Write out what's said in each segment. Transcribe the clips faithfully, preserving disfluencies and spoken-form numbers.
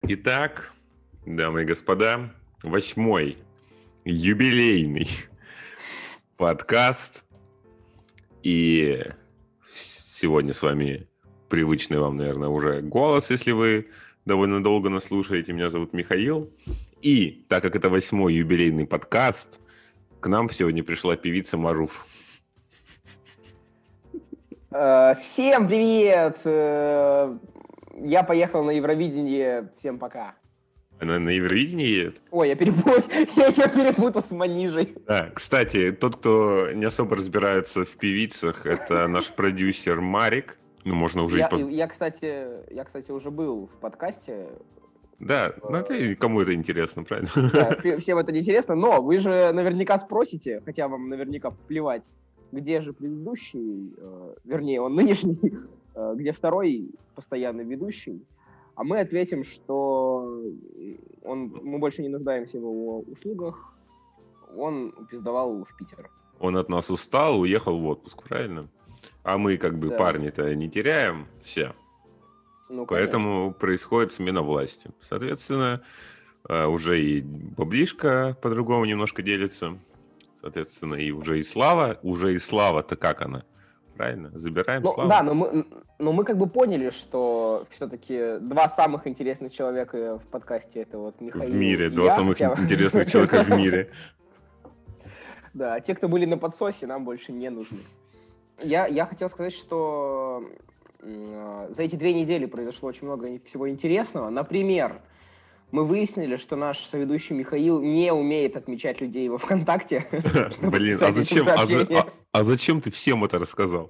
Итак, дамы и господа, восьмой юбилейный подкаст. И сегодня с вами привычный вам, наверное, уже голос, если вы довольно долго нас слушаете. Меня зовут Михаил. И так как это восьмой юбилейный подкаст, к нам сегодня пришла певица Маруф. Всем привет! Я поехал на Евровидение. Всем пока. Она на Евровидении едет? Ой, я перепутал, я, я перепутал с Манижей. Да, кстати, тот, кто не особо разбирается в певицах, это наш продюсер Марик. Ну, можно уже я, и поз... я, кстати, я, кстати, уже был в подкасте. Да, ну это кому это интересно, правильно? Да, всем это не интересно, но вы же наверняка спросите, хотя вам наверняка плевать, где же предыдущий, э, вернее, он нынешний, э, где второй постоянный ведущий. А мы ответим, что он, мы больше не нуждаемся в его услугах, он упиздовал в Питер. Он от нас устал, уехал в отпуск, правильно? А мы как бы Да. парни-то не теряем все. Ну, Поэтому происходит смена власти. Соответственно, уже и баблишка по-другому немножко делится. Соответственно, и уже и слава, уже и слава-то как она? Правильно? Забираем ну, славу. Да, но мы, но мы как бы поняли, что все-таки два самых интересных человека в подкасте это вот Михаил В мире, и два я, самых хотя... интересных человека в мире. Да, а те, кто были на подсосе, нам больше не нужны. Я, я хотел сказать, что э, за эти две недели произошло очень много всего интересного. Например, мы выяснили, что наш соведущий Михаил не умеет отмечать людей во ВКонтакте. Блин, а зачем, а, за, а, а зачем ты всем это рассказал?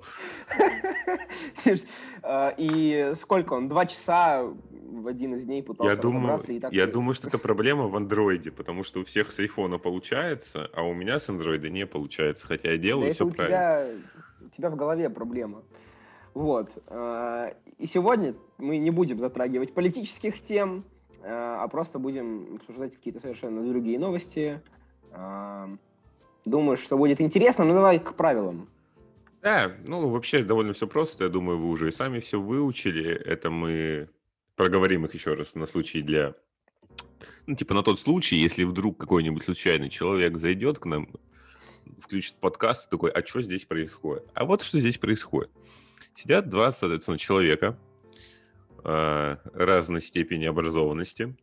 И сколько он? Два часа в один из дней пытался я думаю, разобраться. И так я и... думаю, что это проблема в андроиде, потому что у всех с айфона получается, а у меня с андроида не получается, хотя я делаю да все это у правильно. Тебя, у тебя в голове проблема. Вот. И сегодня мы не будем затрагивать политических тем, а просто будем обсуждать какие-то совершенно другие новости. Думаю, что будет интересно, но давай к правилам. Да, ну вообще довольно все просто, я думаю, вы уже и сами все выучили, это мы проговорим их еще раз на случай для, ну типа на тот случай, если вдруг какой-нибудь случайный человек зайдет к нам, включит подкаст и такой, а что здесь происходит? А вот что здесь происходит. Сидят два, соответственно, человека э, разной степени образованности.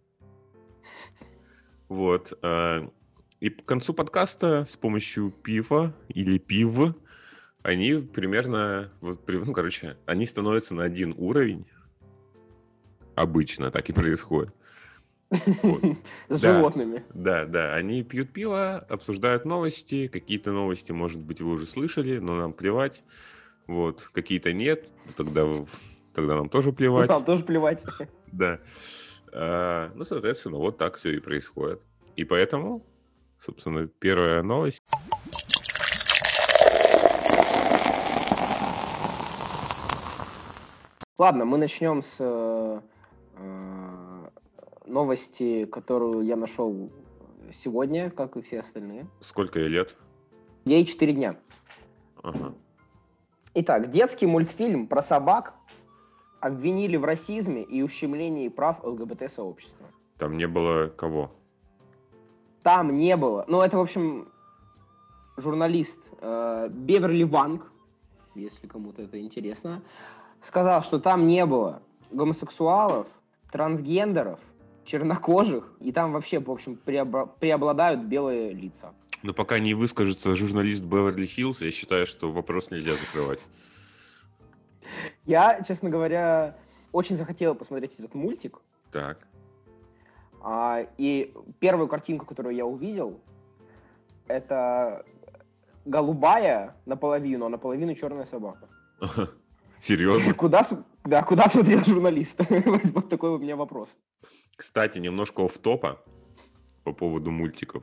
Вот. Э, и к концу подкаста с помощью пива или пив они примерно, вот, ну, короче, они становятся на один уровень. Обычно так и происходит. Вот. С да, животными. Да, да. Они пьют пиво, обсуждают новости. Какие-то новости, может быть, вы уже слышали, но нам плевать. Вот. Какие-то нет, тогда, тогда нам тоже плевать. Нам тоже плевать. Да. А, ну, соответственно, вот так все и происходит. И поэтому, собственно, первая новость. Ладно, мы начнем с э, э, новости, которую я нашел сегодня, как и все остальные. Сколько ей лет? Ей четыре дня. Ага. Итак, детский мультфильм про собак обвинили в расизме и ущемлении прав ЛГБТ-сообщества. Там не было кого? Там не было. Ну, это, в общем, журналист э, Беверли Ванг, если кому-то это интересно, сказал, что там не было гомосексуалов, трансгендеров, чернокожих, и там вообще, в общем, преобладают белые лица. Но пока не выскажется журналист Беверли-Хиллз, я считаю, что вопрос нельзя закрывать. Я, честно говоря, очень захотел посмотреть этот мультик. Так. А, и первую картинку, которую я увидел, это голубая наполовину, а наполовину черная собака. Серьезно? Куда, да, куда смотрел журналист? Вот такой у меня вопрос. Кстати, немножко офф-топа по поводу мультиков.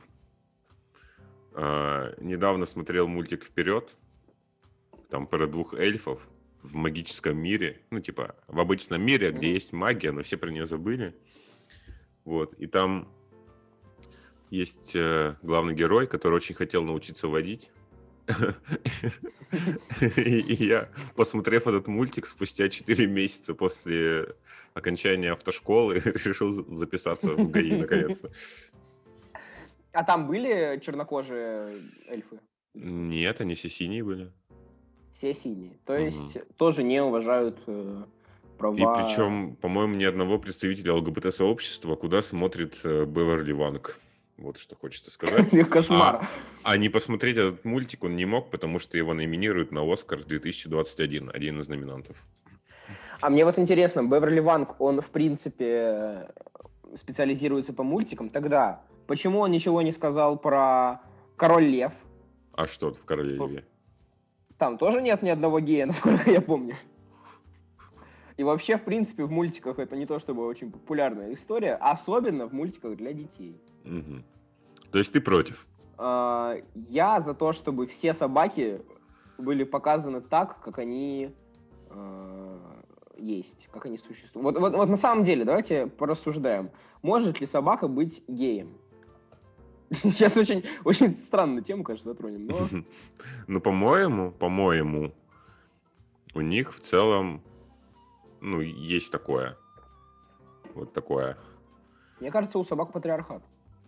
А, недавно смотрел мультик «Вперед». Там про двух эльфов в магическом мире. Ну, типа, в обычном мире, где mm-hmm. есть магия, но все про нее забыли. Вот. И там есть э, главный герой, который очень хотел научиться водить. И и я, посмотрев этот мультик спустя четыре месяца после окончания автошколы, решил за записаться в ГАИ наконец-то. А там были чернокожие эльфы? Или что? Нет, они все синие были. Все синие. То Мгм. есть тоже не уважают э, И права. причем, по-моему, ни одного представителя ЛГБТ-сообщества, куда смотрит э, Беверли Ванг. Вот что хочется сказать. А, Кошмар. а не посмотреть этот мультик он не мог, потому что его номинируют на Оскар две тысячи двадцать один, один из номинантов. А мне вот интересно, Беверли Ванг, он в принципе специализируется по мультикам. Тогда почему он ничего не сказал про Король Лев? А что в Короле Льве? Там тоже нет ни одного гея, насколько я помню. И вообще, в принципе, в мультиках это не то чтобы очень популярная история, особенно в мультиках для детей. Мгм. То есть ты против? А, Я за то, чтобы все собаки были показаны так, как они э, есть, как они существуют. Вот, вот, вот на самом деле, давайте порассуждаем. Может ли собака быть геем? Сейчас очень, очень странную тему, кажется, затронем, но... Ну, по-моему, по-моему, у них в целом, ну, есть такое. Вот такое. Мне кажется, у собак патриархат.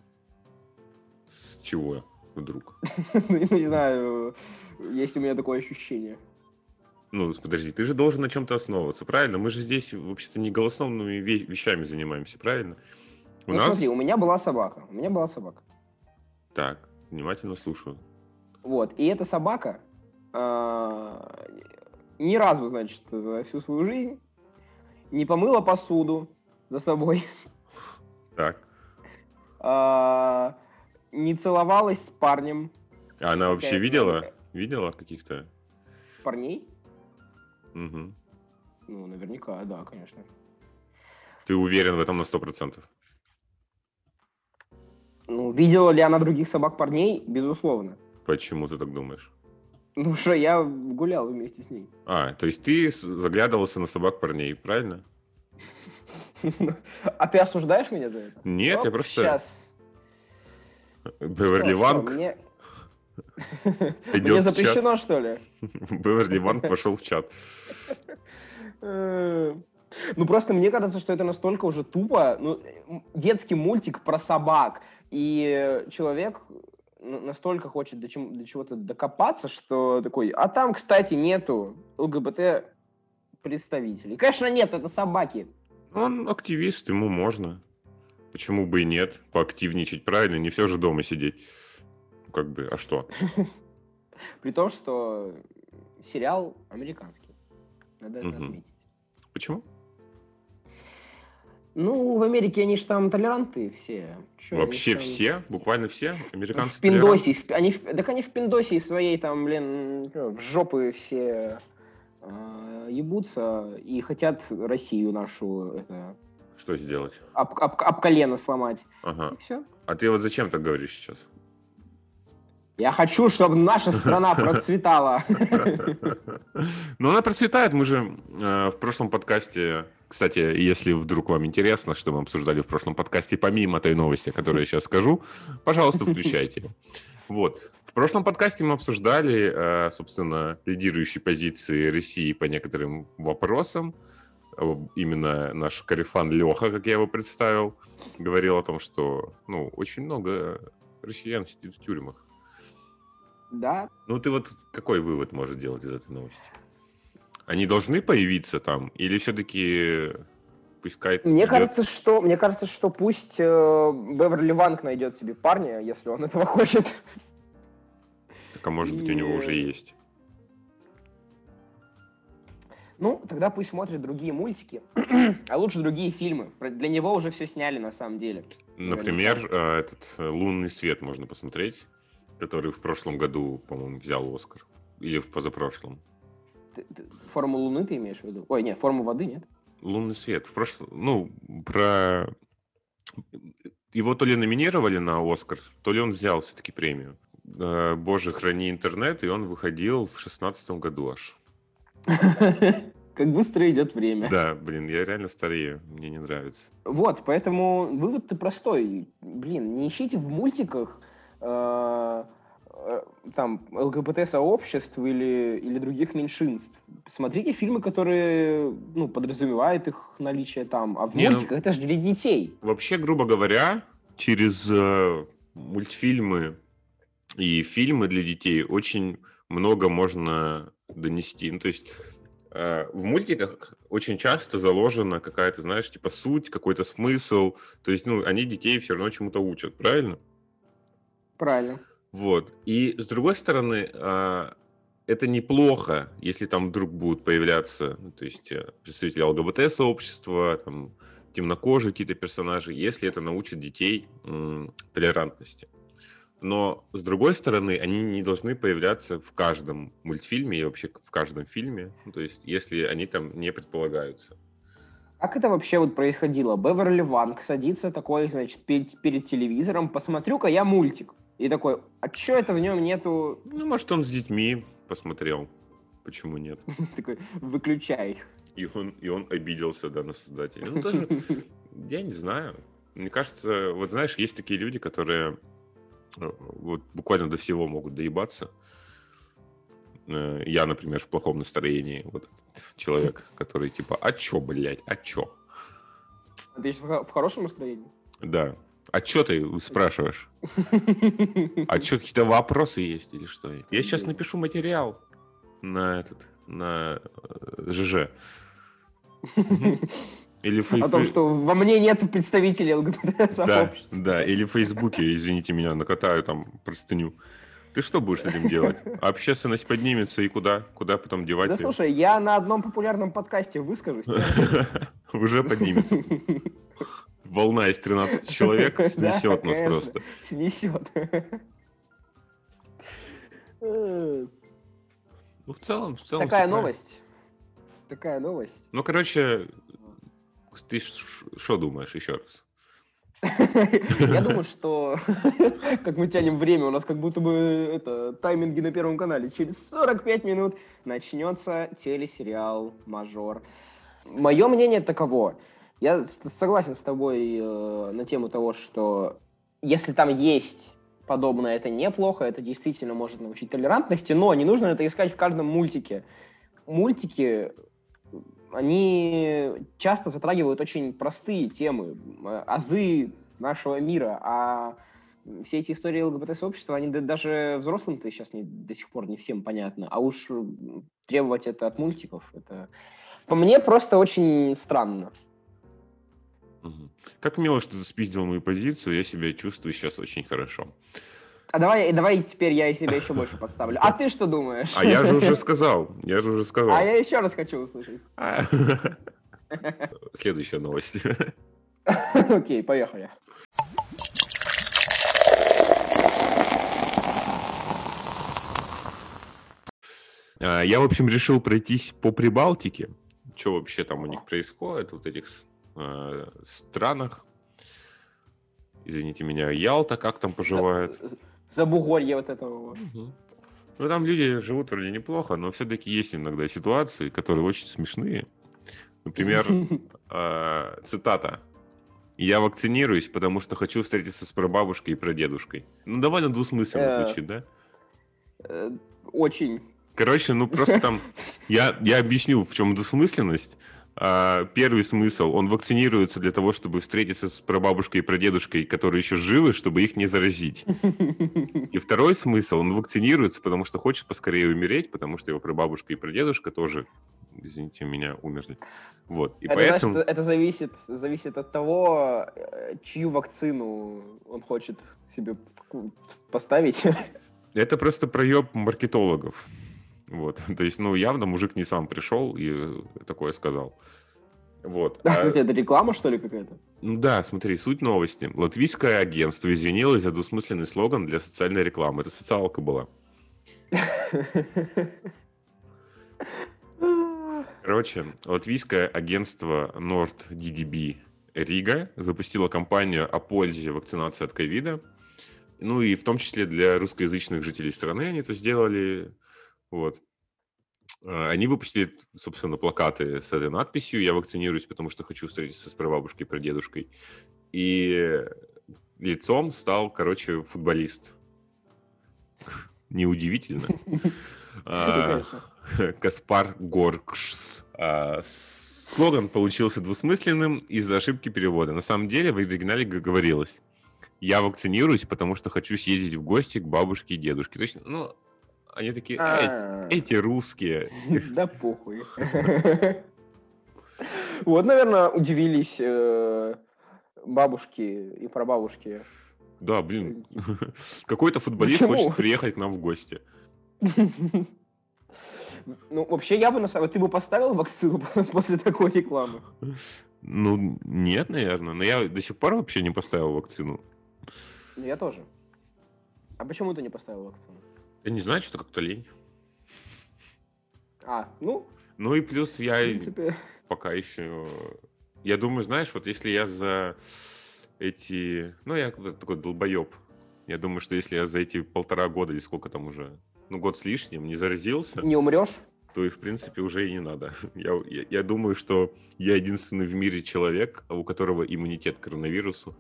С чего вдруг? Ну, не знаю, есть у меня такое ощущение. Ну, подожди, ты же должен на чем-то основываться, правильно? Мы же здесь вообще-то не голословными ве- вещами занимаемся, правильно? У Ну, смотри, нас... у меня была собака. У меня была собака. Так, внимательно слушаю. Вот, и эта собака а, ни разу, значит, за всю свою жизнь не помыла посуду за собой, Так. а, не целовалась с парнем. А она Хотя вообще это, видела? наверное, Видела каких-то? парней? Мгм. Ну, наверняка, да, конечно. Ты уверен в этом на сто процентов? Ну, видела ли она других собак парней? Безусловно. Почему ты так думаешь? Ну что, я гулял вместе с ней. А, то есть ты с- заглядывался на собак парней, правильно? А ты осуждаешь меня за это? Нет, я просто... Сейчас. Беверли Что, что, Ванг мне... идет Мне в чат. запрещено, что ли? Беверли Ванг пошел в чат. Э, Ну, просто мне кажется, что это настолько уже тупо. Ну, м, детский мультик про собак. И человек н- настолько хочет до, чем- до чего-то докопаться, что такой, а там, кстати, нету ЛГБТ-представителей. Конечно, нет, это собаки. Он активист, ему можно. Почему бы и нет? Поактивничать, правильно? Не все же дома сидеть. Как бы, а что? При том, что сериал американский. Надо это Мгм. отметить. Почему? Ну, в Америке они же там толерантные все. Чё, они ж Вообще там все? Буквально все? в Американцы Пиндосии, толерантны? в- они, в- так они в Пиндосии своей там, блин, чё, в жопы все э, ебутся и хотят Россию нашу это, Что сделать? об, об- об колено сломать. Ага. И все. А ты вот зачем так говоришь сейчас? Я хочу, чтобы наша страна процветала. Ну, она процветает. Мы же э, в прошлом подкасте... Кстати, если вдруг вам интересно, что мы обсуждали в прошлом подкасте, помимо той новости, которую я сейчас скажу, пожалуйста, включайте. Вот. В прошлом подкасте мы обсуждали, э, собственно, лидирующие позиции России по некоторым вопросам. Э, Именно наш корефан Леха, как я его представил, говорил о том, что ну, очень много россиян сидит в тюрьмах. Да. Ну, ты вот какой вывод можешь делать из этой новости? Они должны появиться там? Или все-таки пускай Мне идет... кажется, что мне кажется, что пусть э, Беверли Ванг найдет себе парня, если он этого хочет. Так, а может быть, у него уже И- есть. Ну, тогда пусть смотрит другие мультики, а лучше другие фильмы. Про- Для него уже все сняли на самом деле. Например, э, этот э, «Лунный свет» можно посмотреть, который в прошлом году, по-моему, взял Оскар. Или в позапрошлом. Ты- ты- Форму Луны ты имеешь в виду? Ой, нет, форму воды, нет? «Лунный свет». В прошлом... Ну, про... Его то ли номинировали на Оскар, то ли он взял все-таки премию. Э, «Боже, храни интернет», и он выходил в шестнадцатом году аж. Как быстро идет время. Да, блин, я реально старею, мне не нравится. Вот, поэтому вывод-то простой. Блин, не ищите в мультиках э, э, там ЛГБТ-сообществ или, или других меньшинств. Смотрите фильмы, которые, ну, подразумевают их наличие там. А в Не, ну, мультиках это же для детей. вообще, грубо говоря, через э, мультфильмы и фильмы для детей очень много можно донести. Ну, то есть э, в мультиках очень часто заложена какая-то, знаешь, типа суть, какой-то смысл. То есть, ну, они детей все равно чему-то учат, правильно? Правильно. Вот. И с другой стороны, а, это неплохо, если там вдруг будут появляться, ну, то есть э, представители ЛГБТ-сообщества, там, темнокожие какие-то персонажи, если это научит детей м, толерантности. Но, с другой стороны, они не должны появляться в каждом мультфильме и вообще в каждом фильме, ну, то есть если они там не предполагаются. Как это вообще вот происходило? Беверли Ванг садится такой, значит, перед, перед телевизором, посмотрю-ка я мультик. И такой, а чё это в нем нету? Ну, может, он с детьми посмотрел, почему нет? Такой, выключай. И он, и он обиделся, да, на создателя. Ну, тоже, я не знаю. Мне кажется, вот знаешь, есть такие люди, которые э, вот буквально до всего могут доебаться. Э, Я, например, в плохом настроении. Вот этот человек, который типа, а чё, блядь, а чё? А ты сейчас в хо- в хорошем настроении? Да. А чё ты спрашиваешь? А чё, какие-то вопросы есть или что? Я сейчас напишу материал на этот, на э, ЖЖ. Мгм. Или фей- О том, фей- что во мне нет представителей Да, ЛГБТ-сообщества. да, или в Фейсбуке, извините меня, накатаю там простыню. Ты что будешь с этим делать? Общественность поднимется и куда? Куда потом девать Да ее? слушай, я на одном популярном подкасте выскажусь. Уже поднимется. Волна из тринадцати человек снесет нас просто. Снесет. Ну, в целом, в целом. Такая всё правильно. новость. Такая новость. Ну, короче, ты что думаешь еще раз? Я думаю, что как мы тянем время, у нас как будто бы это тайминги на Первом канале. Через сорок пять минут начнется телесериал «Мажор». Мое мнение таково. Я с- согласен с тобой э, на тему того, что если там есть подобное, это неплохо, это действительно может научить толерантности, но не нужно это искать в каждом мультике. Мультики, они часто затрагивают очень простые темы, э, азы нашего мира, а все эти истории ЛГБТ-сообщества, они да- даже взрослым-то сейчас не, до сих пор не всем понятны, а уж м, требовать это от мультиков, это по мне просто очень странно. Мгм. Как мило, что ты спиздил мою позицию, я себя чувствую сейчас очень хорошо. А давай, давай теперь я себя еще больше подставлю. А ты что думаешь? А я же уже сказал, я же уже А сказал. я еще раз хочу услышать. А. Следующая новость. Окей, поехали. А, Я, в общем, решил пройтись по Прибалтике. Что вообще там у них происходит, вот этих э, странах. Извините меня, Ялта как там поживает. За- Забугорье вот этого. вот. Мгм. Ну, там люди живут вроде неплохо, но все-таки есть иногда ситуации, которые очень смешные. Например, э, цитата. «Я вакцинируюсь, потому что хочу встретиться с прабабушкой и прадедушкой». Ну, довольно двусмысленно Э. звучит, да? Э, Очень. Короче, ну просто там... Я, я объясню, в чем двусмысленность. А, Первый смысл, он вакцинируется для того, чтобы встретиться с прабабушкой и прадедушкой, которые еще живы, чтобы их не заразить. И второй смысл, он вакцинируется, потому что хочет поскорее умереть, потому что его прабабушка и прадедушка тоже, извините меня, умерли. Вот, и Это, поэтому... значит, это зависит, зависит от того, э, чью вакцину он хочет себе ку- поставить. Это просто проеб маркетологов. Вот, то есть, ну, явно мужик не сам пришел и такое сказал. Вот. А, А- кстати, это реклама, что ли, какая-то? Ну да, смотри, суть новости. Латвийское агентство извинилось за двусмысленный слоган для социальной рекламы. Это социалка была. Короче, латвийское агентство NordDDB Рига запустило кампанию о пользе вакцинации от ковида. Ну и в том числе для русскоязычных жителей страны они это сделали. Вот. Э, Они выпустили, собственно, плакаты с этой надписью «Я вакцинируюсь, потому что хочу встретиться с прабабушкой и прадедушкой». И лицом стал, короче, футболист. Неудивительно. А, Каспар Горкшс. А, Слоган получился двусмысленным из-за ошибки перевода. На самом деле в оригинале г- говорилось: «Я вакцинируюсь, потому что хочу съездить в гости к бабушке и дедушке». То есть, ну, они такие, «Эй, А, эти русские». Да похуй. Вот, наверное, удивились э, бабушки и прабабушки. Да, блин, какой-то футболист Почему? хочет приехать к нам в гости. Ну, вообще, я бы на самом деле... Ты бы поставил вакцину после такой рекламы? Ну, нет, наверное. Но я до сих пор вообще не поставил вакцину. Ну, я тоже. А почему ты не поставил вакцину? Я не знаю, что как-то лень. А, ну, Ну и плюс в я принципе... пока еще... Я думаю, знаешь, вот если я за эти... Ну, я такой долбоеб. Я думаю, что если я за эти полтора года или сколько там уже, ну, год с лишним не заразился, Не умрешь? то и, в принципе, уже и не надо. Я, я, я думаю, что я единственный в мире человек, у которого иммунитет к коронавирусу.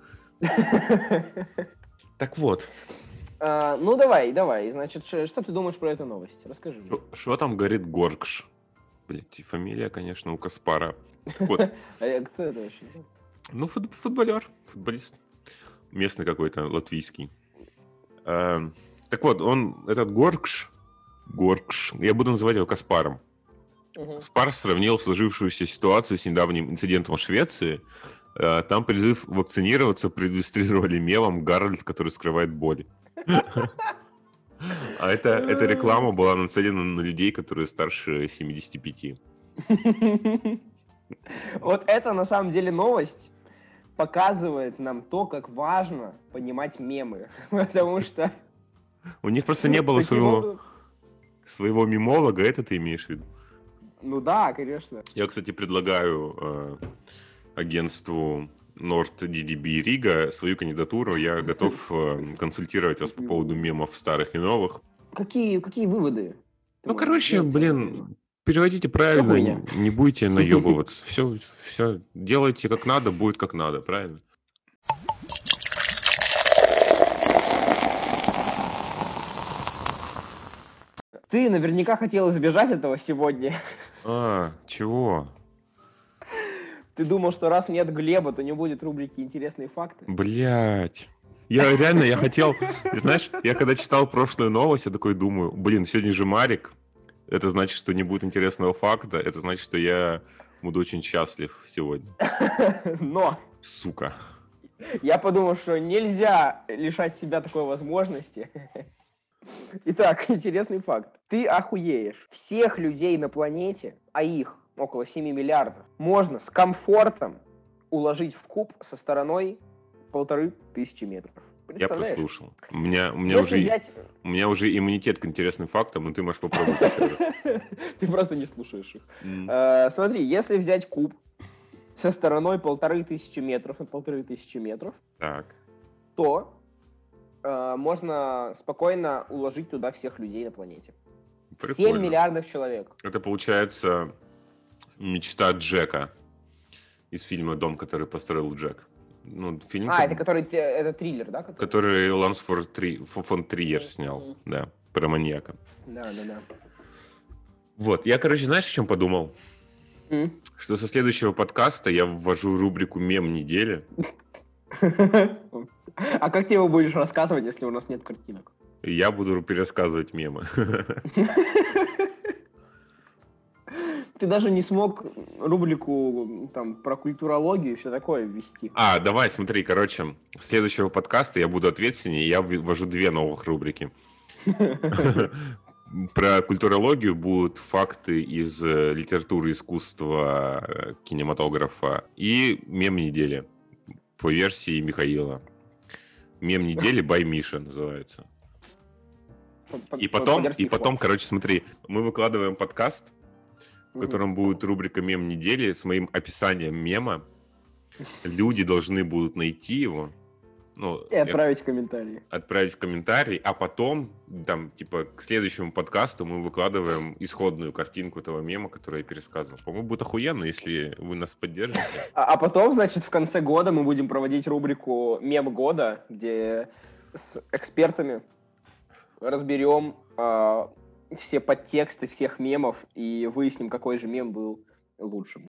Так вот. А, ну, давай, давай. Значит, ш- что ты думаешь про эту новость? Расскажи мне. Что там говорит Горкш? Блять, и фамилия, конечно, у Каспара. Так вот, А я- кто это вообще? ну, фут- футболяр, футболист. Местный какой-то, латвийский. А, так вот, он, этот Горкш, Горкш, я буду называть его Каспаром. Мгм. Каспар сравнил сложившуюся ситуацию с недавним инцидентом в Швеции. А, Там призыв вакцинироваться проиллюстрировали мемом Гарольд, который скрывает боль. А это, эта реклама была нацелена на людей, которые старше семидесяти пяти. Вот это на самом деле новость показывает нам то, как важно понимать мемы. Потому что... У них просто не было таким своего, образом- своего мемолога, это ты имеешь в виду? Ну да, конечно. Я, кстати, предлагаю э, агентству NordDDB Рига свою кандидатуру. Я готов э, консультировать вас по поводу мемов старых и новых. Какие, какие выводы? ты Ну, можешь короче, сделать из этого мема? блин, переводите правильно, хуйня. не будете наебываться. Все, все, делайте как надо, будет как надо, правильно? Ты наверняка хотел избежать этого сегодня. А, чего? Ты думал, что раз нет Глеба, то не будет рубрики «Интересные факты». Блять. Я реально, я хотел, знаешь, я когда читал прошлую новость, я такой думаю, блин, сегодня же Марик, это значит, что не будет интересного факта, это значит, что я буду очень счастлив сегодня. Но Сука. я подумал, что нельзя лишать себя такой возможности. Итак, интересный факт. Ты охуеешь. Всех людей на планете, а их около семи миллиардов, можно с комфортом уложить в куб со стороной полторы тысячи метров. Я Представляешь? послушал. У меня, у меня, Если уже, взять... у меня уже иммунитет к интересным фактам, и ты можешь попробовать еще раз. Ты просто не слушаешь их. М. Э, Смотри, если взять куб со стороной полторы тысячи метров на полторы тысячи метров, Так. то э, можно спокойно уложить туда всех людей на планете. семь Прикольно. миллиардов человек. Это получается мечта Джека из фильма «Дом, который построил Джек». Ну, фильм, А, ко- это который, т- это триллер, да? который? который Ланс фон Три- фон Триер снял, Мгм. да, про маньяка. Да, да, да. Вот, я, короче, знаешь, о чем подумал? М. Что со следующего подкаста я ввожу рубрику «Мем недели». А как ты его будешь рассказывать, если у нас нет картинок? И я буду пересказывать мемы. Ты даже не смог рубрику там про культурологию и все такое ввести. А, давай, смотри, короче, с следующего подкаста я буду ответственнее, я ввожу две новых рубрики. Про культурологию будут факты из э, литературы, искусства, э, кинематографа и мем недели по версии Михаила. Мем недели by Миша называется. По- И по- по потом, версии и потом, Forbes. короче, смотри, мы выкладываем подкаст, в Мгм. котором будет рубрика «Мем недели» с моим описанием мема. Люди должны будут найти его, ну, И отправить комментарии. отправить в комментарий, а потом, там, типа, к следующему подкасту мы выкладываем исходную картинку этого мема, который я пересказывал. По-моему, будет охуенно, если вы нас поддержите. А, а потом, значит, в конце года мы будем проводить рубрику «Мем года», где с экспертами разберем а, все подтексты всех мемов и выясним, какой же мем был лучшим.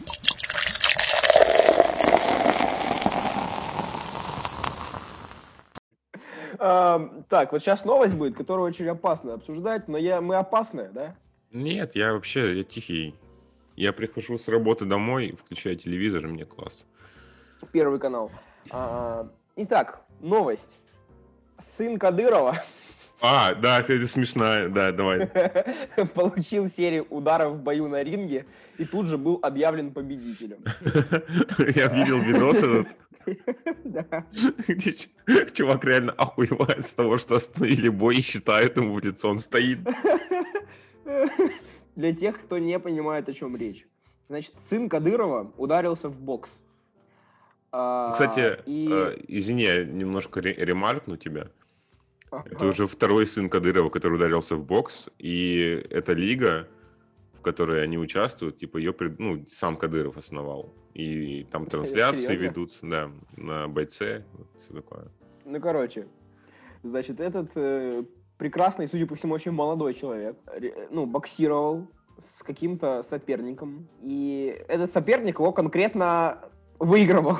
А, так, вот сейчас новость будет, которую очень опасно обсуждать, но я, мы опасные, да? Нет, я вообще, я тихий. Я прихожу с работы домой, включаю телевизор, и мне класс. Первый канал. А, итак, новость. Сын Кадырова А, да, это смешная, да, давай. получил серию ударов в бою на ринге и тут же был объявлен победителем. Я видел видос этот, Да. где ч- чувак реально охуевает с того, что остановили бой и считает ему в лицо, он стоит. Для тех, кто не понимает, о чем речь. Значит, сын Кадырова ударился в бокс. А, Кстати, и... э, извини, я немножко ре- ремаркну тебя. Это Ага. уже второй сын Кадырова, который ударился в бокс, и эта лига, в которой они участвуют, типа ее пред- ну, сам Кадыров основал. И там трансляции Серьезно? ведутся, да, на бойце, вот всё такое. Ну, короче, значит, этот э, прекрасный, судя по всему, очень молодой человек, ре- ну, боксировал с каким-то соперником, и этот соперник его конкретно выигрывал.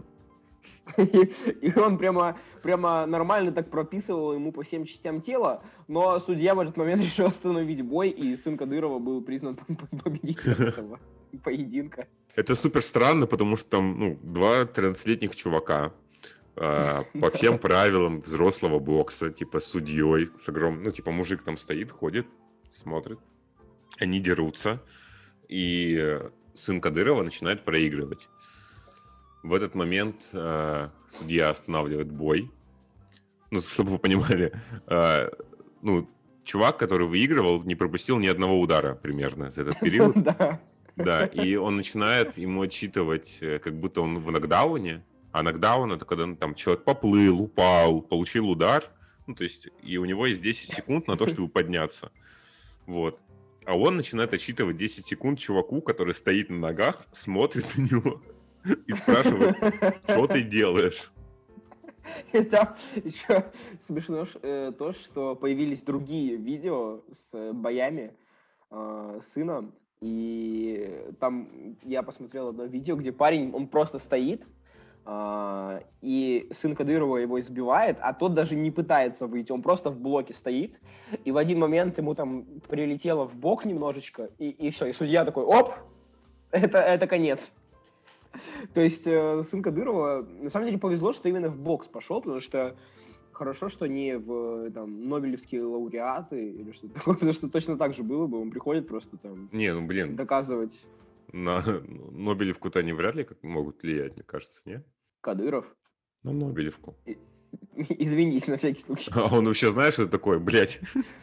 И, и он прямо, прямо нормально так прописывал ему по всем частям тела, но судья в этот момент решил остановить бой, и сын Кадырова был признан победителем этого поединка. Это супер странно, потому что там ну, два тринадцатилетних чувака а, по всем правилам взрослого бокса, типа с судьей, с огромным, ну типа мужик там стоит, ходит, смотрит, они дерутся, и э, сын Кадырова начинает проигрывать. В этот момент э, судья останавливает бой. Ну, чтобы вы понимали, э, ну, чувак, который выигрывал, не пропустил ни одного удара примерно за этот период. Да. Да, и он начинает ему отчитывать, э, как будто он в нокдауне. А нокдаун — это когда ну, там человек поплыл, упал, получил удар. Ну, то есть, и у него есть десять секунд на то, чтобы подняться. Вот. А он начинает отсчитывать десять секунд чуваку, который стоит на ногах, смотрит на него и спрашивает, что ты делаешь? И там еще смешно ш- э, то, что появились другие видео с э, боями э, сына. И там я посмотрел одно видео, где парень, он просто стоит, а, и сын Кадырова его избивает, а тот даже не пытается выйти, он просто в блоке стоит, и в один момент ему там прилетело в бок немножечко, и, и все, и судья такой, оп, это, это конец. То есть э, сын Кадырова, на самом деле повезло, что именно в бокс пошел, потому что хорошо, что не в там, Нобелевские лауреаты или что-то такое, потому что точно так же было бы, он приходит просто там Не, ну блин, доказывать на Нобелевку-то они вряд ли как могут влиять, мне кажется, нет? Кадыров. На Нобелевку. И- Извинись на всякий случай. А он вообще знает, что это такое, блядь?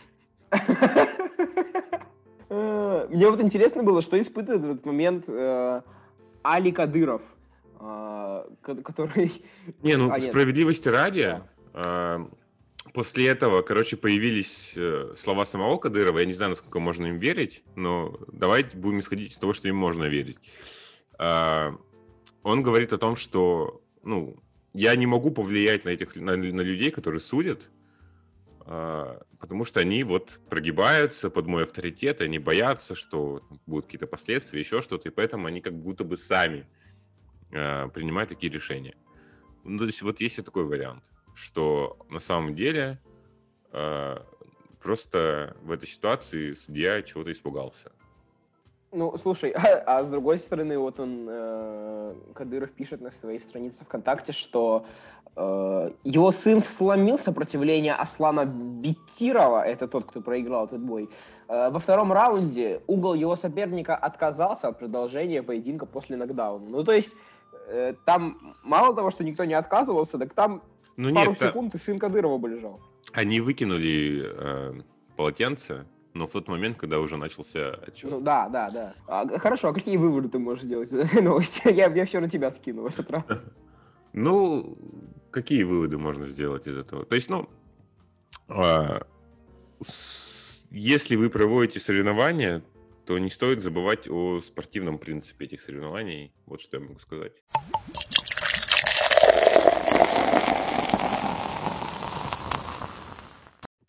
Э, Мне вот интересно было, что испытывает в этот момент э, Али Кадыров, а, ко- который... Не, ну, А, нет, справедливости ради, да. а, после этого, короче, появились э, слова самого Кадырова. Я не знаю, насколько можно им верить, но давайте будем исходить из того, что им можно верить. А, Он говорит о том, что, ну, я не могу повлиять на этих на, на людей, которые судят, а, потому что они вот прогибаются под мой авторитет, они боятся, что будут какие-то последствия, еще что-то, и поэтому они как будто бы сами а, принимают такие решения. Ну, то есть вот есть и такой вариант, что на самом деле а, просто в этой ситуации судья чего-то испугался. Ну, слушай, а, а с другой стороны, вот он, э, Кадыров пишет на своей странице ВКонтакте, что э, его сын сломил сопротивление Аслана Битирова, это тот, кто проиграл этот бой. Э, во втором раунде угол его соперника отказался от продолжения поединка после нокдауна. Ну, то есть, э, там мало того, что никто не отказывался, так там Ну пару нет, та- секунд и сын Кадырова бы лежал. они выкинули э, полотенце, но в тот момент, когда уже начался отчет. Ну да, да, да. А, г- хорошо, а какие выводы ты можешь сделать из этой новости? Я, я все на тебя скину в этот раз. Ну, какие выводы можно сделать из этого? То есть, ну, а, с- если вы проводите соревнования, то не стоит забывать о спортивном принципе этих соревнований. Вот что я могу сказать.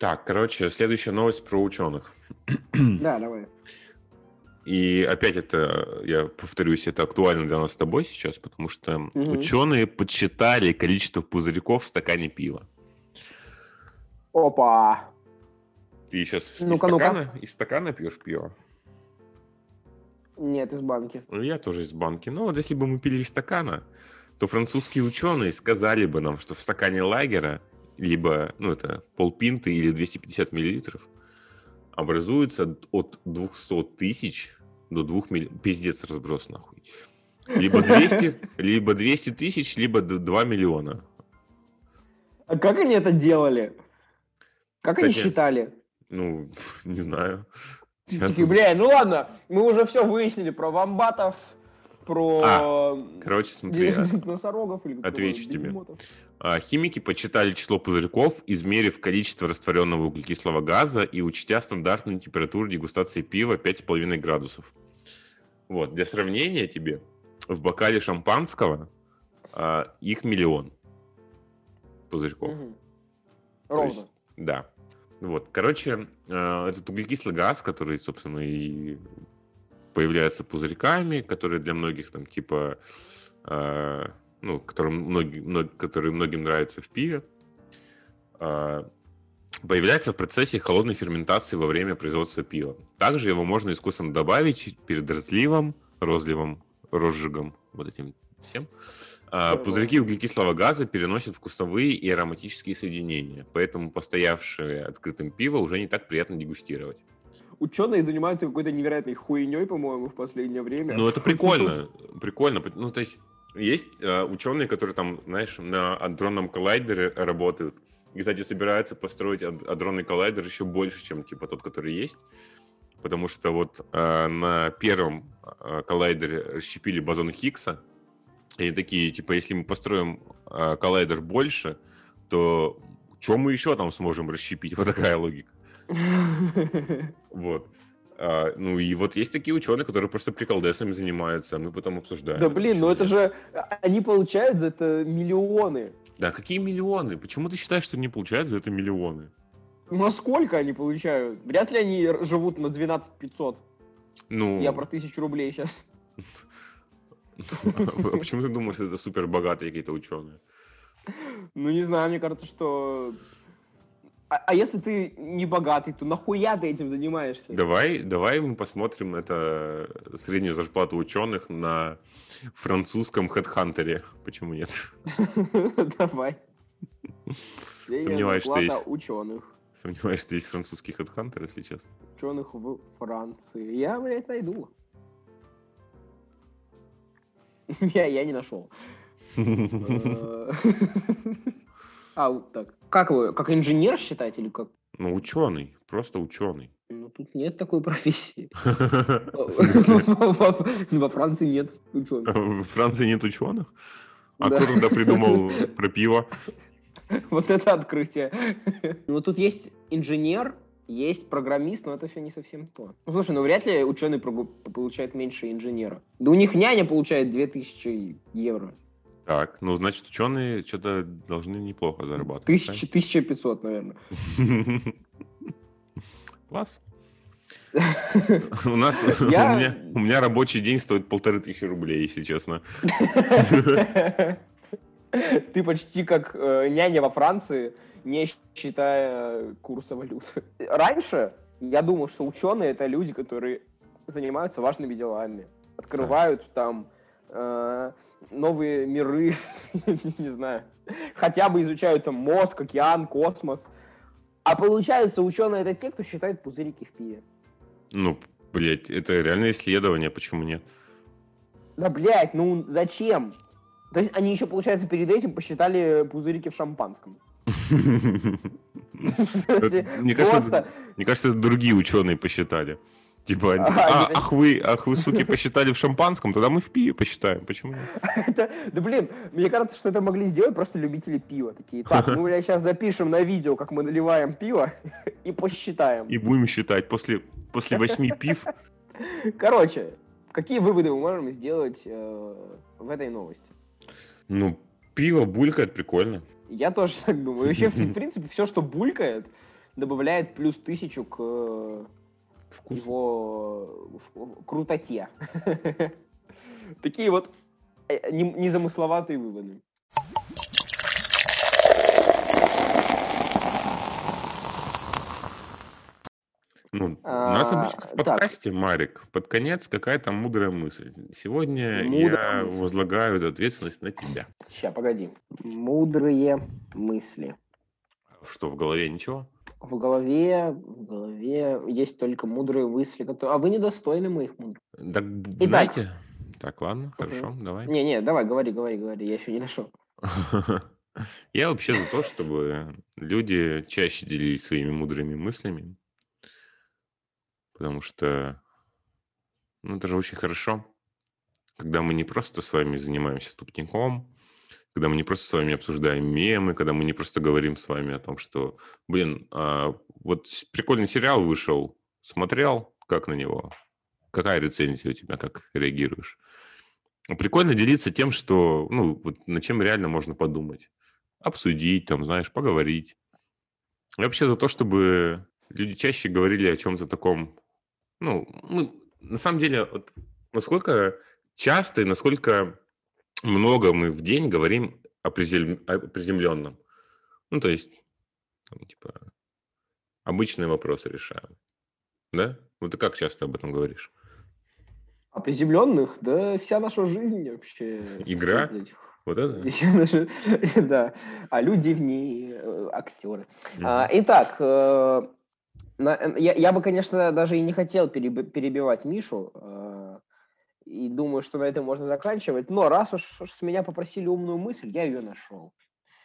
Так, короче, следующая новость про ученых. Да, давай. И опять это, я повторюсь, это актуально для нас с тобой сейчас, потому что Мгм. ученые подсчитали количество пузырьков в стакане пива. Опа. Ты сейчас из Ну-ка, ну-ка. стакана, из стакана пьешь пиво? Нет, из банки. Ну, я тоже из банки. Но вот если бы мы пили из стакана, то французские ученые сказали бы нам, что в стакане лагера либо, ну, это полпинты или двести пятьдесят миллилитров образуется от двухсот тысяч до двух миллионов. Пиздец разброс, нахуй. Либо двести, либо двести тысяч, либо д- два миллиона. А как они это делали? Как они Кстати, считали? ну, не знаю. Ты Сейчас такие, уз- бля, ну ладно, мы уже все выяснили про вамбатов, про короче, смотри, а- носорогов или как отвечу это, тебе. бегемотов. А, Химики подсчитали число пузырьков, измерив количество растворенного углекислого газа и учтя стандартную температуру дегустации пива пять с половиной градусов. Вот, для сравнения тебе, в бокале шампанского а, их миллион пузырьков. Мгм. То Ровно. есть, да. Вот, короче, э, этот углекислый газ, который, собственно, и появляется пузырьками, которые для многих там типа, э, ну, которым многие, мног- которые многим нравятся в пиве, э, появляется в процессе холодной ферментации во время производства пива. Также его можно искусственно добавить перед разливом, розливом, розжигом, вот этим всем. А, Всё, Пузырьки углекислого газа переносят вкусовые и ароматические соединения, поэтому постоявшее открытым пиво уже не так приятно дегустировать. Ученые занимаются какой-то невероятной хуйней, по-моему, в последнее время. Ну, это прикольно, прикольно. Ну, то есть, есть э, ученые, которые там, знаешь, на адронном коллайдере работают. И, кстати, собираются построить ад- адронный коллайдер еще больше, чем, типа, тот, который есть. Потому что вот э, на первом э, коллайдере расщепили бозон Хиггса. И они такие, типа, если мы построим э, коллайдер больше, то что мы еще там сможем расщепить? Вот такая логика. Вот. А, ну и вот есть такие ученые, которые просто приколдесами занимаются, а мы потом обсуждаем. Да это, блин, ну почему это нет. же... а- Они получают за это миллионы. Да, какие миллионы? Почему ты считаешь, что они получают за это миллионы? Ну а сколько они получают? Вряд ли они р- живут на двенадцать пятьсот. Ну, Я про тысячу рублей сейчас. а почему ты думаешь, что это супер богатые какие-то ученые? Ну не знаю, мне кажется, что... А, а если ты не богатый, то нахуя ты этим занимаешься? Давай, давай мы посмотрим это среднюю зарплату ученых на французском HeadHunter. Почему нет? Давай. Средняя Сомневаюсь, что зарплата есть. ученых. Сомневаюсь, что есть французский HeadHunter, если честно. Ученых в Франции. Я, блядь, найду. Я, я не нашел. Э, А, вот так. Как вы, как инженер считаете или как? Ну, ученый, просто ученый. Ну, тут нет такой профессии. В смысле? Во Франции нет ученых. В Франции нет ученых? А Да. кто тогда придумал про пиво? Вот это открытие. Ну, тут есть инженер, есть программист, но это все не совсем то. Ну, слушай, ну вряд ли ученый прогу- получает меньше инженера. Да у них няня получает две тысячи евро. Так, ну, значит, ученые что-то должны неплохо зарабатывать. Тысяча, тысяча пятьсот, наверное. правильно? Класс. У нас, у Я- меня, у меня рабочий день стоит полторы тысячи рублей, если честно. Ты почти как э, няня во Франции, не считая курса валют. Раньше я думал, что ученые это люди, которые занимаются важными делами, открывают там э, новые миры, не знаю, хотя бы изучают там мозг, океан, космос. А получается, ученые это те, кто считает пузырики в пиве. Ну, блядь, это реальное исследование, почему нет? Да, блядь, ну зачем? То есть они еще, получается, перед этим посчитали пузырики в шампанском. Это, Мне кажется, это- мне кажется, это другие ученые посчитали. Типа, они такие, А, «А, они- ах вы, ах вы, суки, посчитали в шампанском, тогда мы в пиве посчитаем. Почему нет? Это- да блин, мне кажется, что это могли сделать просто любители пива. Такие, так, мы, блядь, сейчас запишем на видео, как мы наливаем пиво, и посчитаем. И будем считать после, после восьми пив. Короче, какие выводы мы можем сделать э, в этой новости? Ну, пиво булькает, прикольно. Я тоже так думаю. Вообще, в принципе, все, что булькает, добавляет плюс тысячу к э, Вкус. его э, в- крутоте. Такие вот э, не- незамысловатые выводы. Ну, у нас А, обычно в так, подкасте, Марик, под конец какая-то мудрая мысль. Сегодня мудрая я мысль. возлагаю эту ответственность на тебя. Ща, погоди. Мудрые мысли. Что, в голове ничего? В голове, в голове есть только мудрые мысли, которые... А вы недостойны моих мудрых. Так, б- Итак. знаете... Так, ладно, Мгм. хорошо, давай. Не-не, давай, говори, говори, говори, я еще не нашел. Я вообще за то, чтобы люди чаще делились своими мудрыми мыслями, потому что, ну, это же очень хорошо, когда мы не просто с вами занимаемся тупником, когда мы не просто с вами обсуждаем мемы, когда мы не просто говорим с вами о том, что, блин, а, вот с- прикольный сериал вышел, смотрел, как на него, какая рецензия у тебя, как реагируешь. А Прикольно делиться тем, что, ну, вот над чем реально можно подумать, обсудить, там, знаешь, поговорить. Я вообще за то, чтобы люди чаще говорили о чем-то таком. Ну, мы, на самом деле, вот насколько часто и насколько много мы в день говорим о, призем- о приземленном. Ну, то есть, там, типа, обычные вопросы решаем. Да? Вот ты как часто об этом говоришь? А приземленных, да, вся наша жизнь вообще состоит Игра? из этих. Вот это? Вся наша- Да, а люди в ней э, актеры. А, Мгм. Итак, э, на- э, я, я бы, конечно, даже и не хотел переб- перебивать Мишу, э, и думаю, что на этом можно заканчивать. Но раз уж с меня попросили умную мысль, я ее нашел.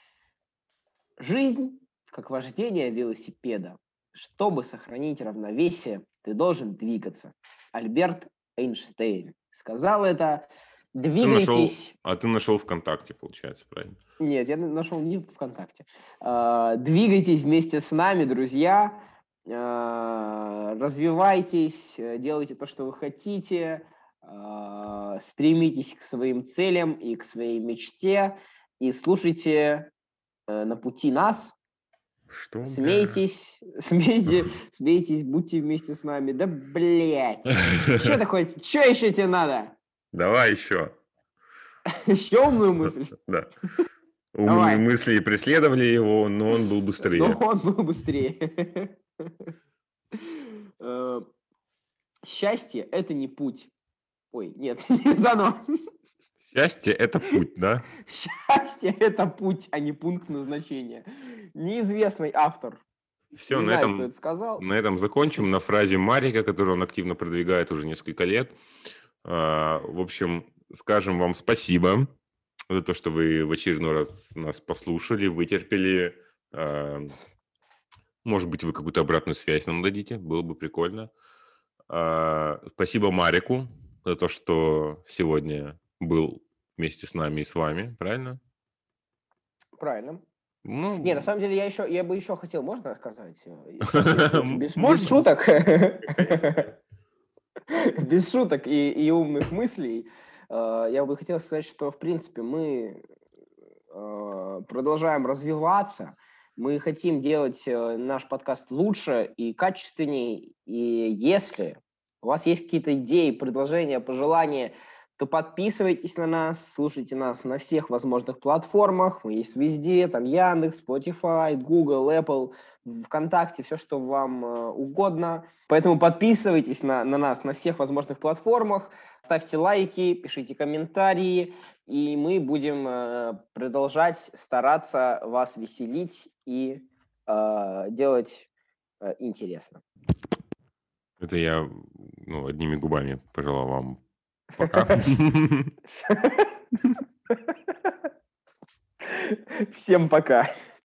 Жизнь как вождение велосипеда. Чтобы сохранить равновесие, ты должен двигаться. Альберт Эйнштейн сказал это. Ты нашел, Двигайтесь. а ты нашел ВКонтакте, получается, правильно? Нет, я на- нашел не ВКонтакте. А, Двигайтесь вместе с нами, друзья. А, Развивайтесь, э, делайте то, что вы хотите. а, Стремитесь к своим целям и к своей мечте. И слушайте э, на пути нас. Что, бля? Смейтесь, смейте, смейтесь, будьте вместе с нами. Да, блядь. Что ты хочешь? Что еще тебе надо? Давай еще. Еще умную мысль? Да. Давай. Умные мысли преследовали его, но он был Но быстрее. он был быстрее. Э, Счастье– это не путь. Ой, нет, заново. Счастье – это путь, да? Счастье– это путь, а не пункт назначения. Неизвестный автор. Все, Не на знаю, кто этом, это сказал. на этом закончим. На фразе Марика, которую он активно продвигает уже несколько лет. А, В общем, скажем вам спасибо за то, что вы в очередной раз нас послушали, вытерпели. А, Может быть, вы какую-то обратную связь нам дадите, было бы прикольно. А, Спасибо Марику за то, что сегодня был вместе с нами и с вами, правильно? Правильно. Ну, Не, на самом деле я еще, я бы еще хотел, можно рассказать? Сейчас, если уж без, без можно? шуток, Конечно. без шуток и, и умных мыслей, э, я бы хотел сказать, что в принципе мы э, продолжаем развиваться, мы хотим делать э, наш подкаст лучше и качественнее, и если у вас есть какие-то идеи, предложения, пожелания, то подписывайтесь на нас, слушайте нас на всех возможных платформах. Мы есть везде, там Яндекс, Spotify, Google, Apple, ВКонтакте, все, что вам э, угодно. Поэтому подписывайтесь на, на нас на всех возможных платформах, ставьте лайки, пишите комментарии, и мы будем э, продолжать стараться вас веселить и э, делать э, интересно. Это я ну, одними губами пожелал вам пока. Всем пока.